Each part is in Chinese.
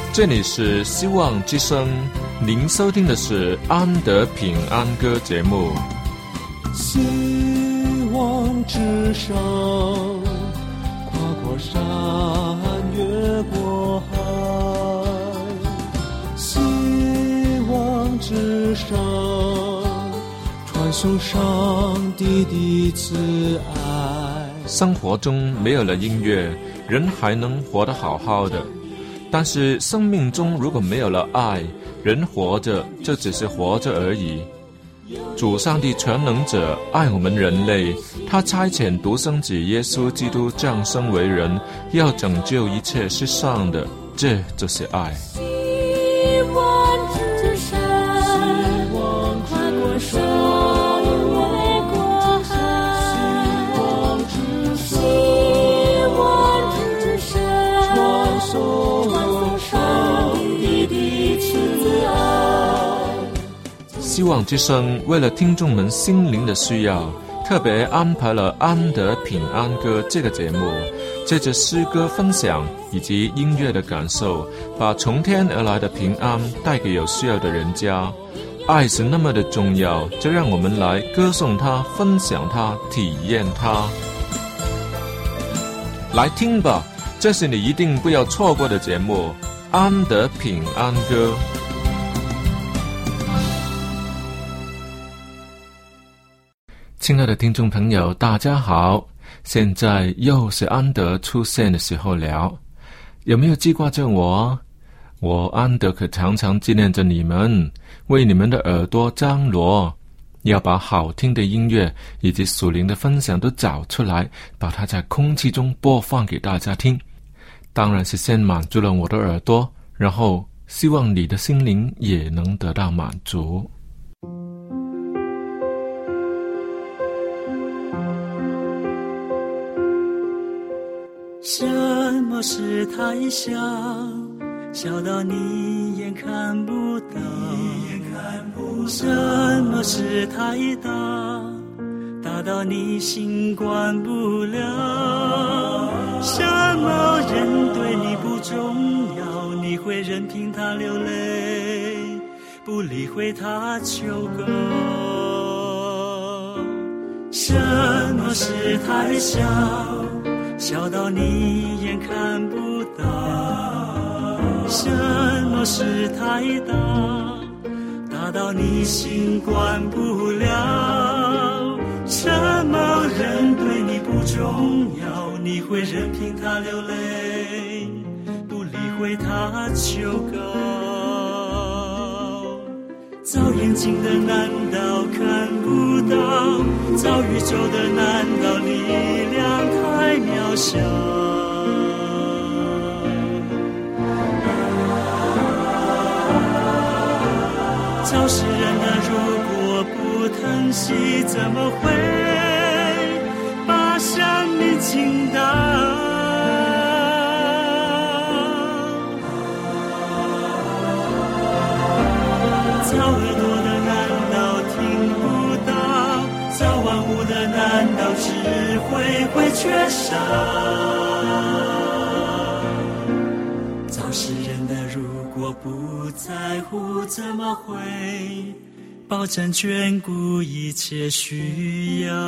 这里是希望之声，您收听的是安德平安歌节目。 希望之声，跨过山，越过海。希望之声，传送上帝的慈爱。 生活中没有了音乐，人还能活得好好的。但是生命中如果没有了爱，人活着就只是活着而已。主上帝全能者爱我们人类，他差遣独生子耶稣基督降生为人，要拯救一切世上的，这就是爱。 希望之声，跨过山，越过海。希望之声，传送上帝的慈爱。 希望之声为了听众们心灵的需要，特别安排了安德平安歌这个节目，借着诗歌分享以及音乐的感受，把从天而来的平安带给有需要的人家。爱是那么的重要，就让我们来歌颂它，分享它，体验它。来听吧，这是你一定不要错过的节目，安德平安歌。亲爱的听众朋友，大家好，现在又是安德出现的时候了。有没有记挂着我？我安德可常常纪念着你们，为你们的耳朵张罗，要把好听的音乐以及属灵的分享都找出来，把它在空气中播放给大家听。当然是先满足了我的耳朵，然后希望你的心灵也能得到满足。 什么是太小，小到你眼看不到；什么是太大，大到你心管不了。什么人对你不重要，你会任凭他流泪，不理会他求告。什么是太小，小到你眼看不到；什么事太大，大到你心管不了。什么人对你不重要，你会任凭他流泪，不理会他求告。造眼睛的难道看不到？造宇宙的难道力量太渺小？造世人的如果不疼惜，怎么会把生命倾倒？造耳朵的难道听不到？造万物的难道智慧会缺少？造世人的如果不在乎，怎么会保证眷顾一切需要？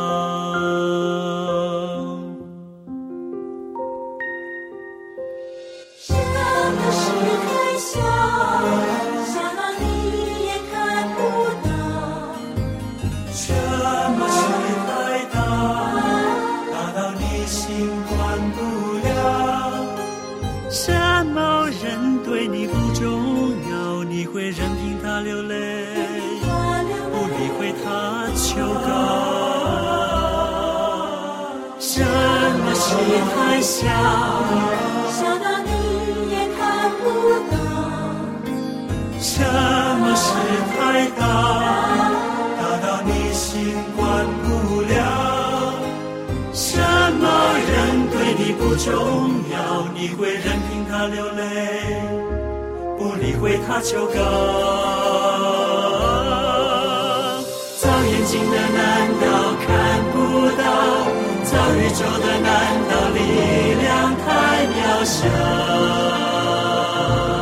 什么是太小，小到你也看不到； 什么是太大，大到你心管不了。什么人对你不重要，你会任凭他流泪，不理会他求告。什么是太小， 小到你也看不到； 什么是太大，大到你心管不了。什么人对你不重要，你会任凭他流泪，不理会他求告。造眼睛的难道看不到？造宇宙的难道力量太渺小？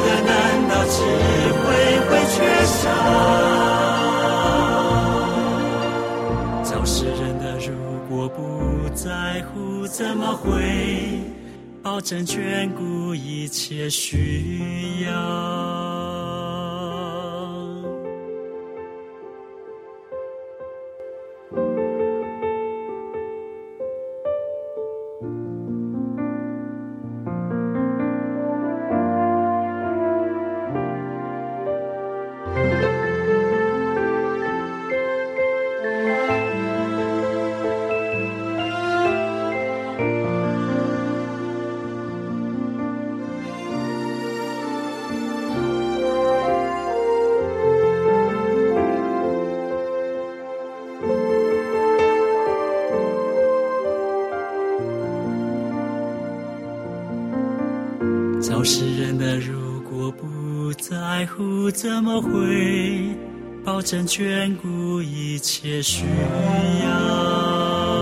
的难道智慧会缺少？造世人的如果不在乎，怎么会保证眷顾一切需要？造世人的如果不在乎，怎么会保证眷顾一切需要？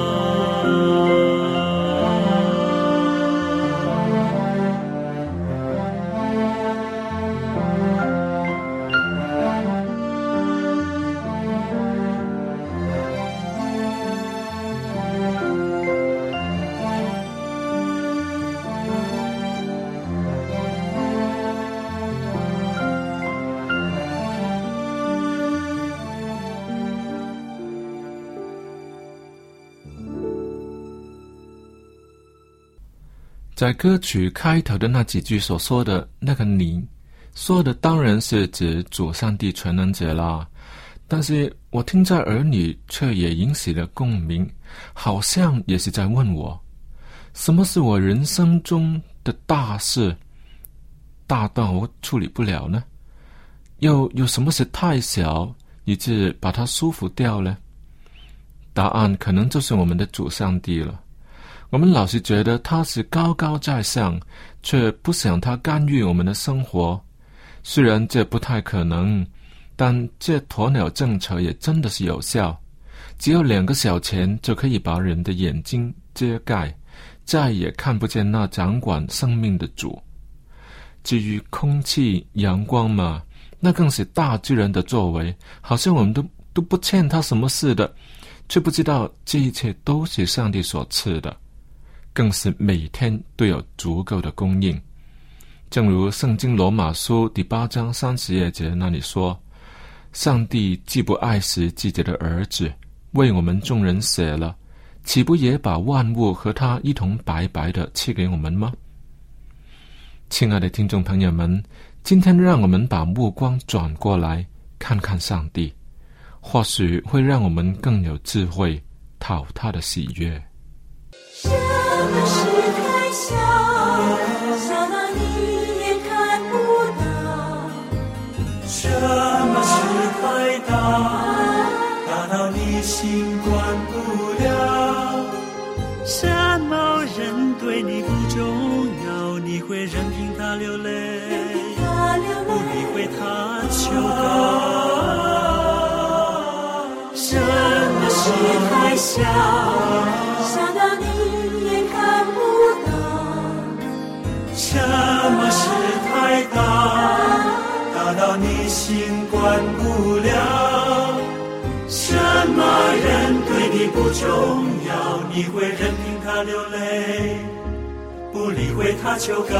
在歌曲开头的那几句所说的那个你，说的当然是指主上帝全能者啦，但是我听在耳里却也引起了共鸣，好像也是在问我，什么是我人生中的大事，大到我处理不了呢？又有什么是太小以致把它舒服掉呢？答案可能就是我们的主上帝了。我们老是觉得他是高高在上，却不想他干预我们的生活。虽然这不太可能，但这鸵鸟政策也真的是有效。只有2个小钱就可以把人的眼睛遮盖，再也看不见那掌管生命的主。至于空气、阳光嘛，那更是大自然的作为，好像我们都不欠他什么似的，却不知道这一切都是上帝所赐的，更是每天都有足够的供应。正如圣经罗马书第8章30节那里说，上帝既不爱惜自己的儿子，为我们众人死了，岂不也把万物和他一同白白的赐给我们吗？亲爱的听众朋友们，今天让我们把目光转过来看看上帝，或许会让我们更有智慧，讨他的喜悦。 什么是太小，小到你也看不到？ 什么是太大，大到你心管不了？什么人对你不重要，你会任凭他流泪，不理会他求告？什么是太小， 小到你也看不到？ 什么是太大，大到你心管不了？什么人对你不重要，你会任凭他流泪，不理会他求告？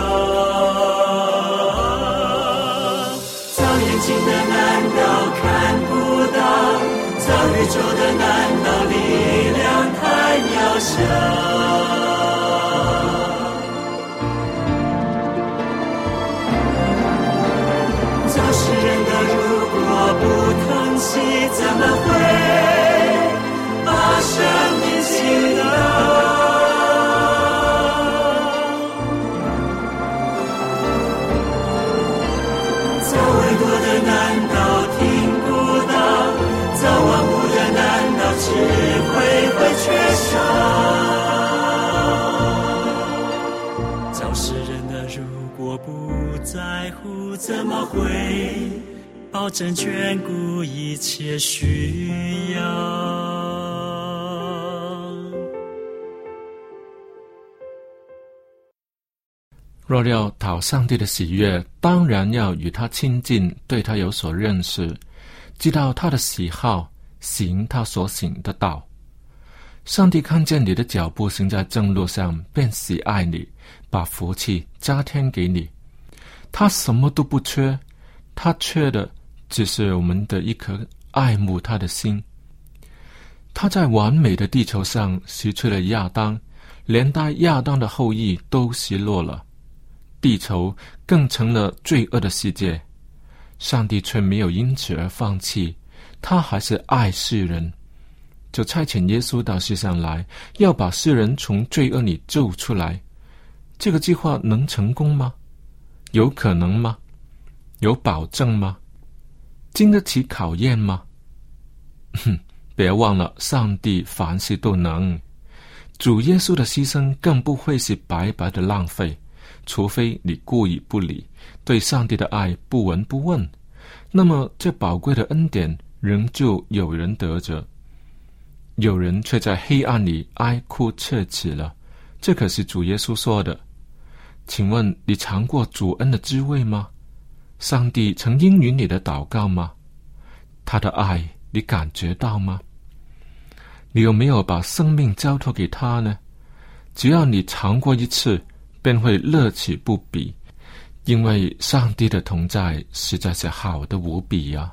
造眼睛的难道看不到？造宇宙的难道力量太渺小？造世人的如果不疼惜，怎么会把生命倾倒？造伟多的难道听不到？造万物的难道智慧会缺少？造世人的如果不在乎，怎么会保证眷顾一切需要？ 若要讨上帝的喜悦，当然要与他亲近，对他有所认识，知道他的喜好，行他所行的道。上帝看见你的脚步行在正路上，便喜爱你，把福气加添给你。他什么都不缺，他缺的只是我们的一颗爱慕他的心。他在完美的地球上失去了亚当，连带亚当的后裔都失落了，地球更成了罪恶的世界。上帝却没有因此而放弃，他还是爱世人，就差遣耶稣到世上来，要把世人从罪恶里救出来。这个计划能成功吗？有可能吗？有保证吗？经得起考验吗？别忘了，上帝凡事都能。主耶稣的牺牲更不会是白白的浪费，除非你故意不理，对上帝的爱不闻不问，那么这宝贵的恩典仍旧有人得着，有人却在黑暗里哀哭切齿了。这可是主耶稣说的。请问你尝过主恩的滋味吗？上帝曾应允你的祷告吗？他的爱你感觉到吗？你有没有把生命交托给他呢？只要你尝过一次，便会乐此不彼，因为上帝的同在实在是好的无比呀。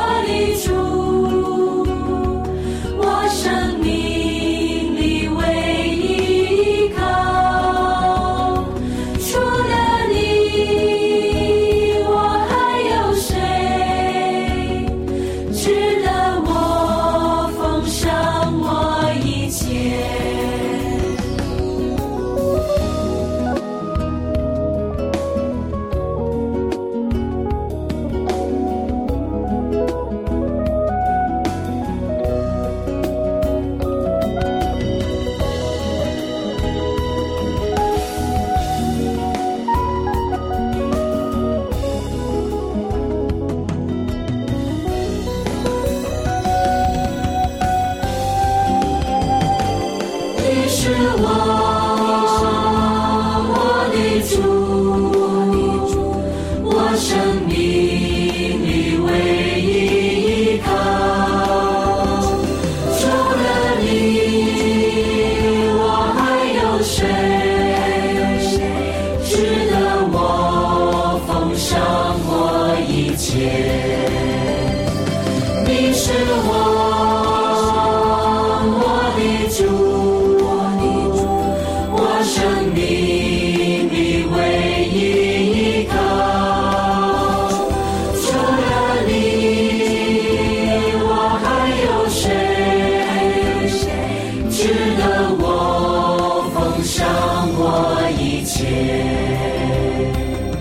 生命里唯一切。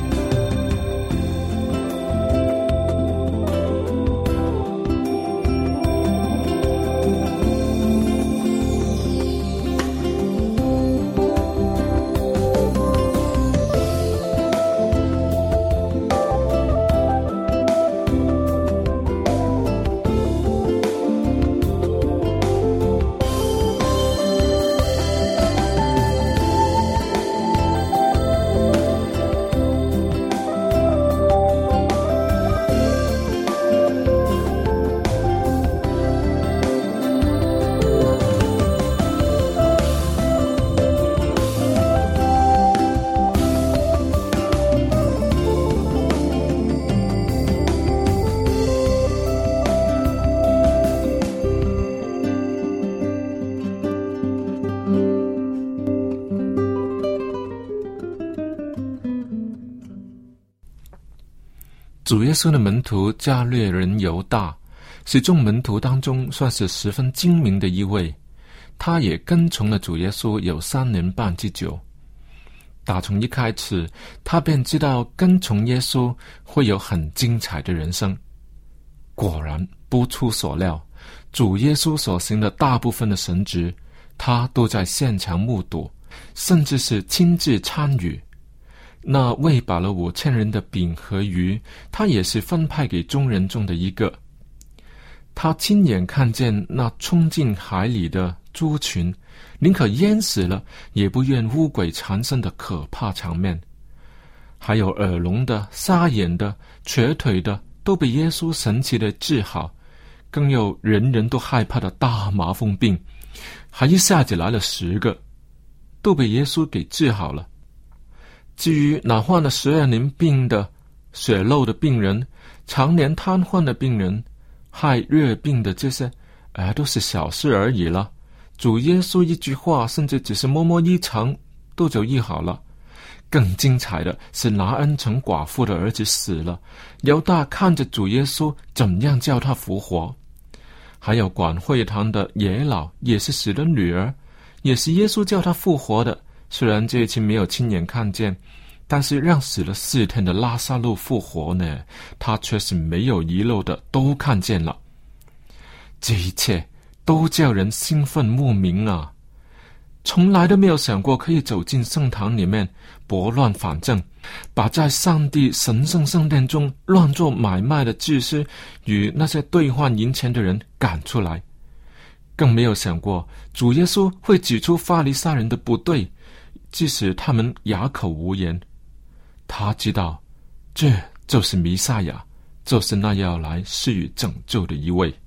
主耶稣的门徒加略人犹大是众门徒当中算是十分精明的一位，他也跟从了主耶稣有3年半之久。打从一开始，他便知道跟从耶稣会有很精彩的人生。果然不出所料，主耶稣所行的大部分的神职，他都在现场目睹，甚至是亲自参与。那喂饱了5000人的饼和鱼，他也是分派给众人中的一个。他亲眼看见那冲进海里的猪群，宁可淹死了，也不愿污鬼缠身的可怕场面。还有耳聋的、瞎眼的、瘸腿的，都被耶稣神奇的治好。更有人人都害怕的大麻风病，还一下子来了10个，都被耶稣给治好了。至于那患了12年病的、血漏的病人、常年瘫痪的病人、害热病的这些，都是小事而已了。主耶稣一句话，甚至只是摸摸衣裳，都就医好了。更精彩的是拿恩城寡妇的儿子死了，犹大看着主耶稣怎样叫他复活。还有管会堂的野老也是死的女儿，也是耶稣叫他复活的。虽然这一次没有亲眼看见，但是让死了4天的拉撒路复活呢，他却是没有遗漏的都看见了。这一切都叫人兴奋莫名啊！从来都没有想过可以走进圣堂里面拨乱反正，把在上帝神圣圣殿中乱做买卖的祭司与那些兑换银钱的人赶出来。更没有想过主耶稣会指出法利赛人的不对，即使他们哑口无言。他知道这就是弥赛亚，就是那要来施予拯救的一位。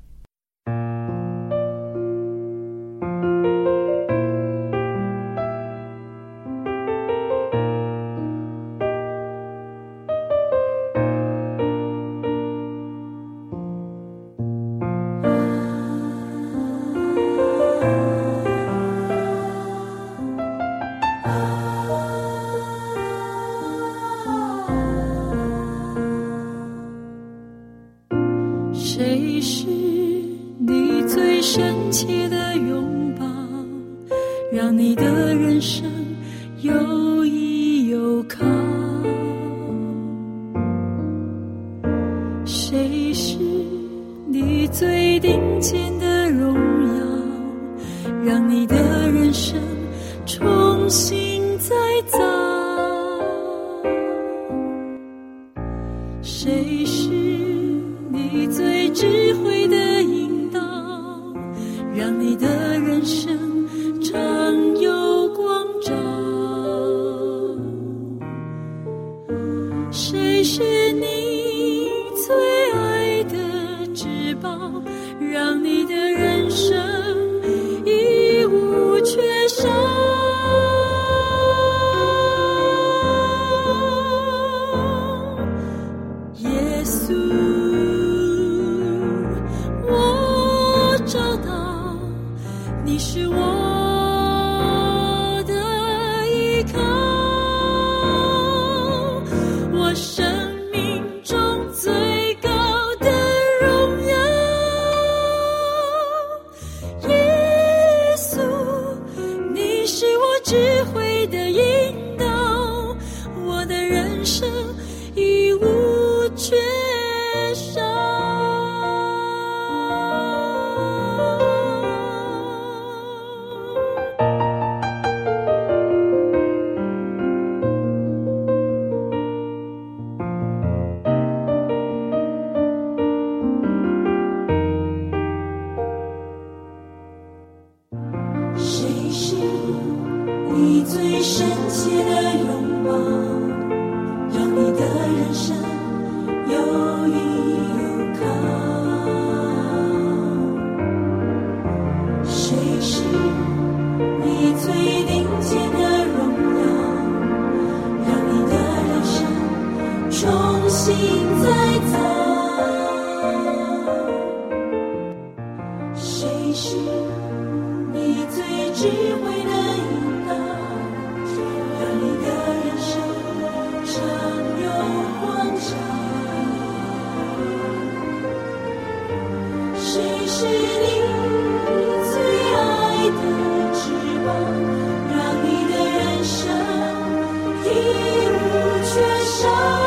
谁是你最深切的拥抱，让你的人生有依有靠？谁是你最顶尖的荣耀，让你的人生重新再造？谁是你最智慧的引导，让你的人生常有光照？谁是你最爱的至宝，让你的人生一无缺少？耶稣，我找到你是我的依靠，我生命中最高的荣耀。耶稣，你是我智慧的引导， 人生已无缺少。 谁是你最深切的拥抱，让你的人生有依有靠？谁是你最顶尖的荣耀，让你的人生重新再造？谁是你最智慧的引导，让你的人生常有光照？谁是你最爱的翅膀，让你的人生一无缺少？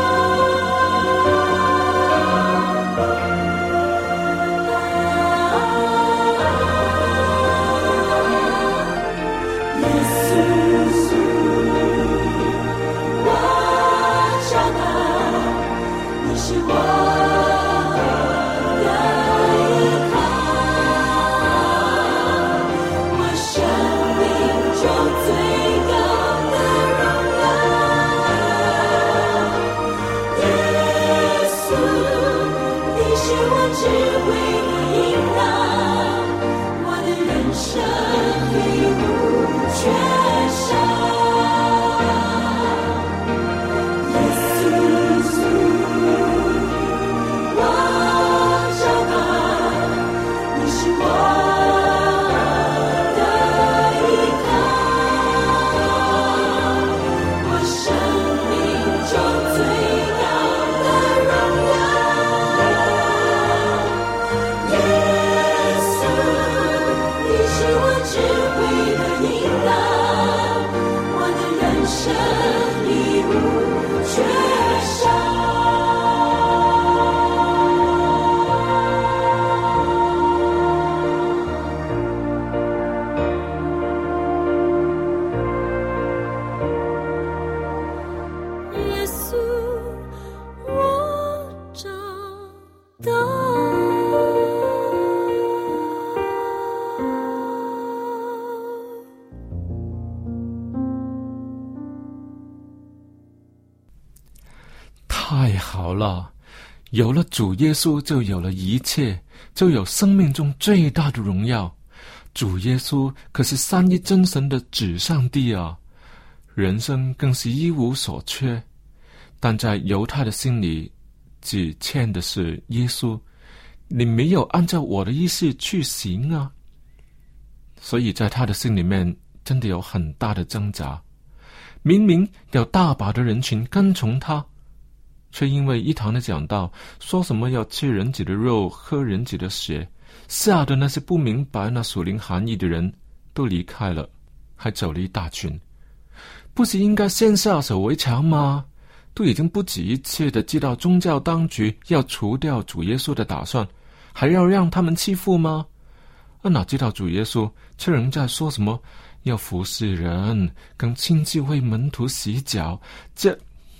太好了，有了主耶稣就有了一切，就有生命中最大的荣耀。主耶稣可是三一真神的子上帝啊，人生更是一无所缺。但在犹太的心里，只欠的是耶稣，你没有按照我的意思去行啊。所以在他的心里面真的有很大的挣扎。明明有大把的人群跟从他，却因为一堂的讲道说什么要吃人子的肉喝人子的血，吓得那些不明白那属灵含义的人都离开了，还走了一大群。不是应该先下手为强吗？都已经不止一次的知道宗教当局要除掉主耶稣的打算，还要让他们欺负吗？哪知道主耶稣却仍在说什么要服侍人，更亲自为门徒洗脚。这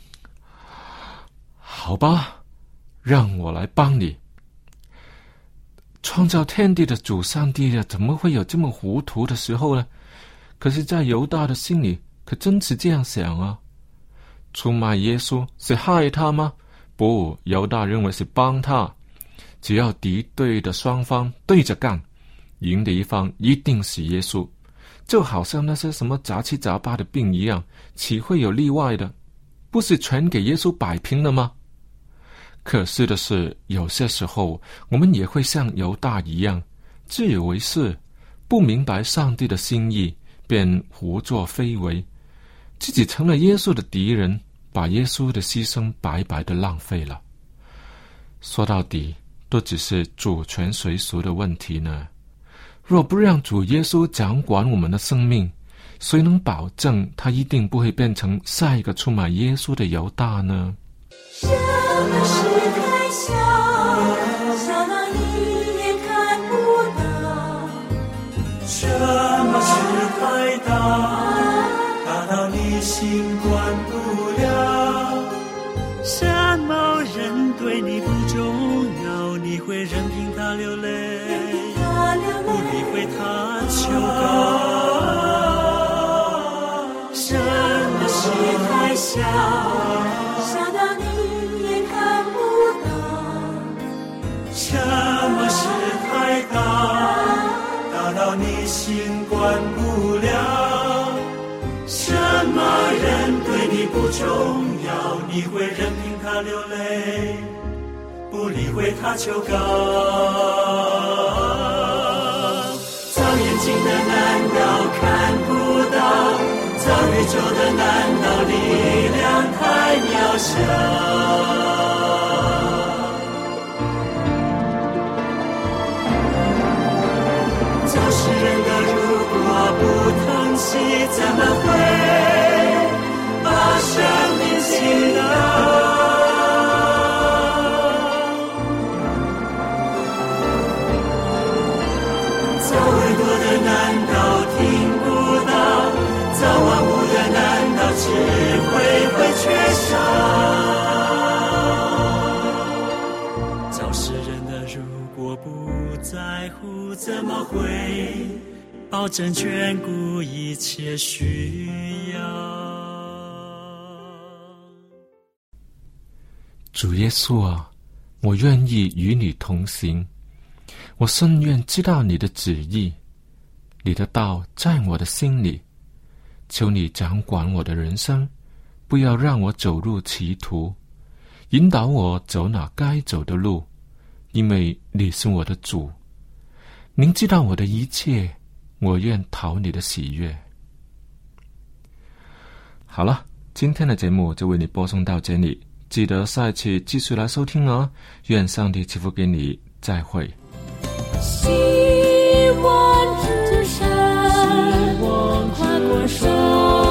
好吧，让我来帮你。创造天地的主上帝怎么会有这么糊涂的时候呢？可是在犹大的心里可真是这样想啊。出卖耶稣是害他吗？不，犹大认为是帮他。只要敌对的双方对着干，赢的一方一定是耶稣。就好像那些什么杂七杂八的病一样，岂会有例外的？不是全给耶稣摆平了吗？可是的是，有些时候我们也会像犹大一样，自以为是，不明白上帝的心意，便胡作非为，自己成了耶稣的敌人，把耶稣的牺牲白白的浪费了。说到底，都只是主权谁属的问题呢。若不让主耶稣掌管我们的生命， 谁能保证他一定不会变成下一个出卖耶稣的犹大呢？ 什么是太小，小到你也看不到？ 什么是太大，大到你心管不了？什么人对你不重要，你会任凭他流泪，不理会他求告？什么是太小， 小到你也看不到？ 什么是太大，大到你心管不了？什么人对你不重要，你会任凭他流泪，不理会他求告？造眼睛的难道看不到？造宇宙的难道力量太渺小？造世人的如果不疼惜，怎么会把生命倾倒？造耳朵的难道听不到？造万物的难道智慧会缺少？造世人的如果不在乎，怎么会保证眷顾一切需要？ 主耶稣啊，我愿意与你同行，我甚愿知道你的旨意，你的道在我的心里。求你掌管我的人生，不要让我走入歧途，引导我走那该走的路，因为你是我的主。您知道我的一切，我愿讨你的喜悦。好了，今天的节目就为你播送到这里，记得下一次继续来收听哦。愿上帝赐福给你，再会。 希望之山，跨过山。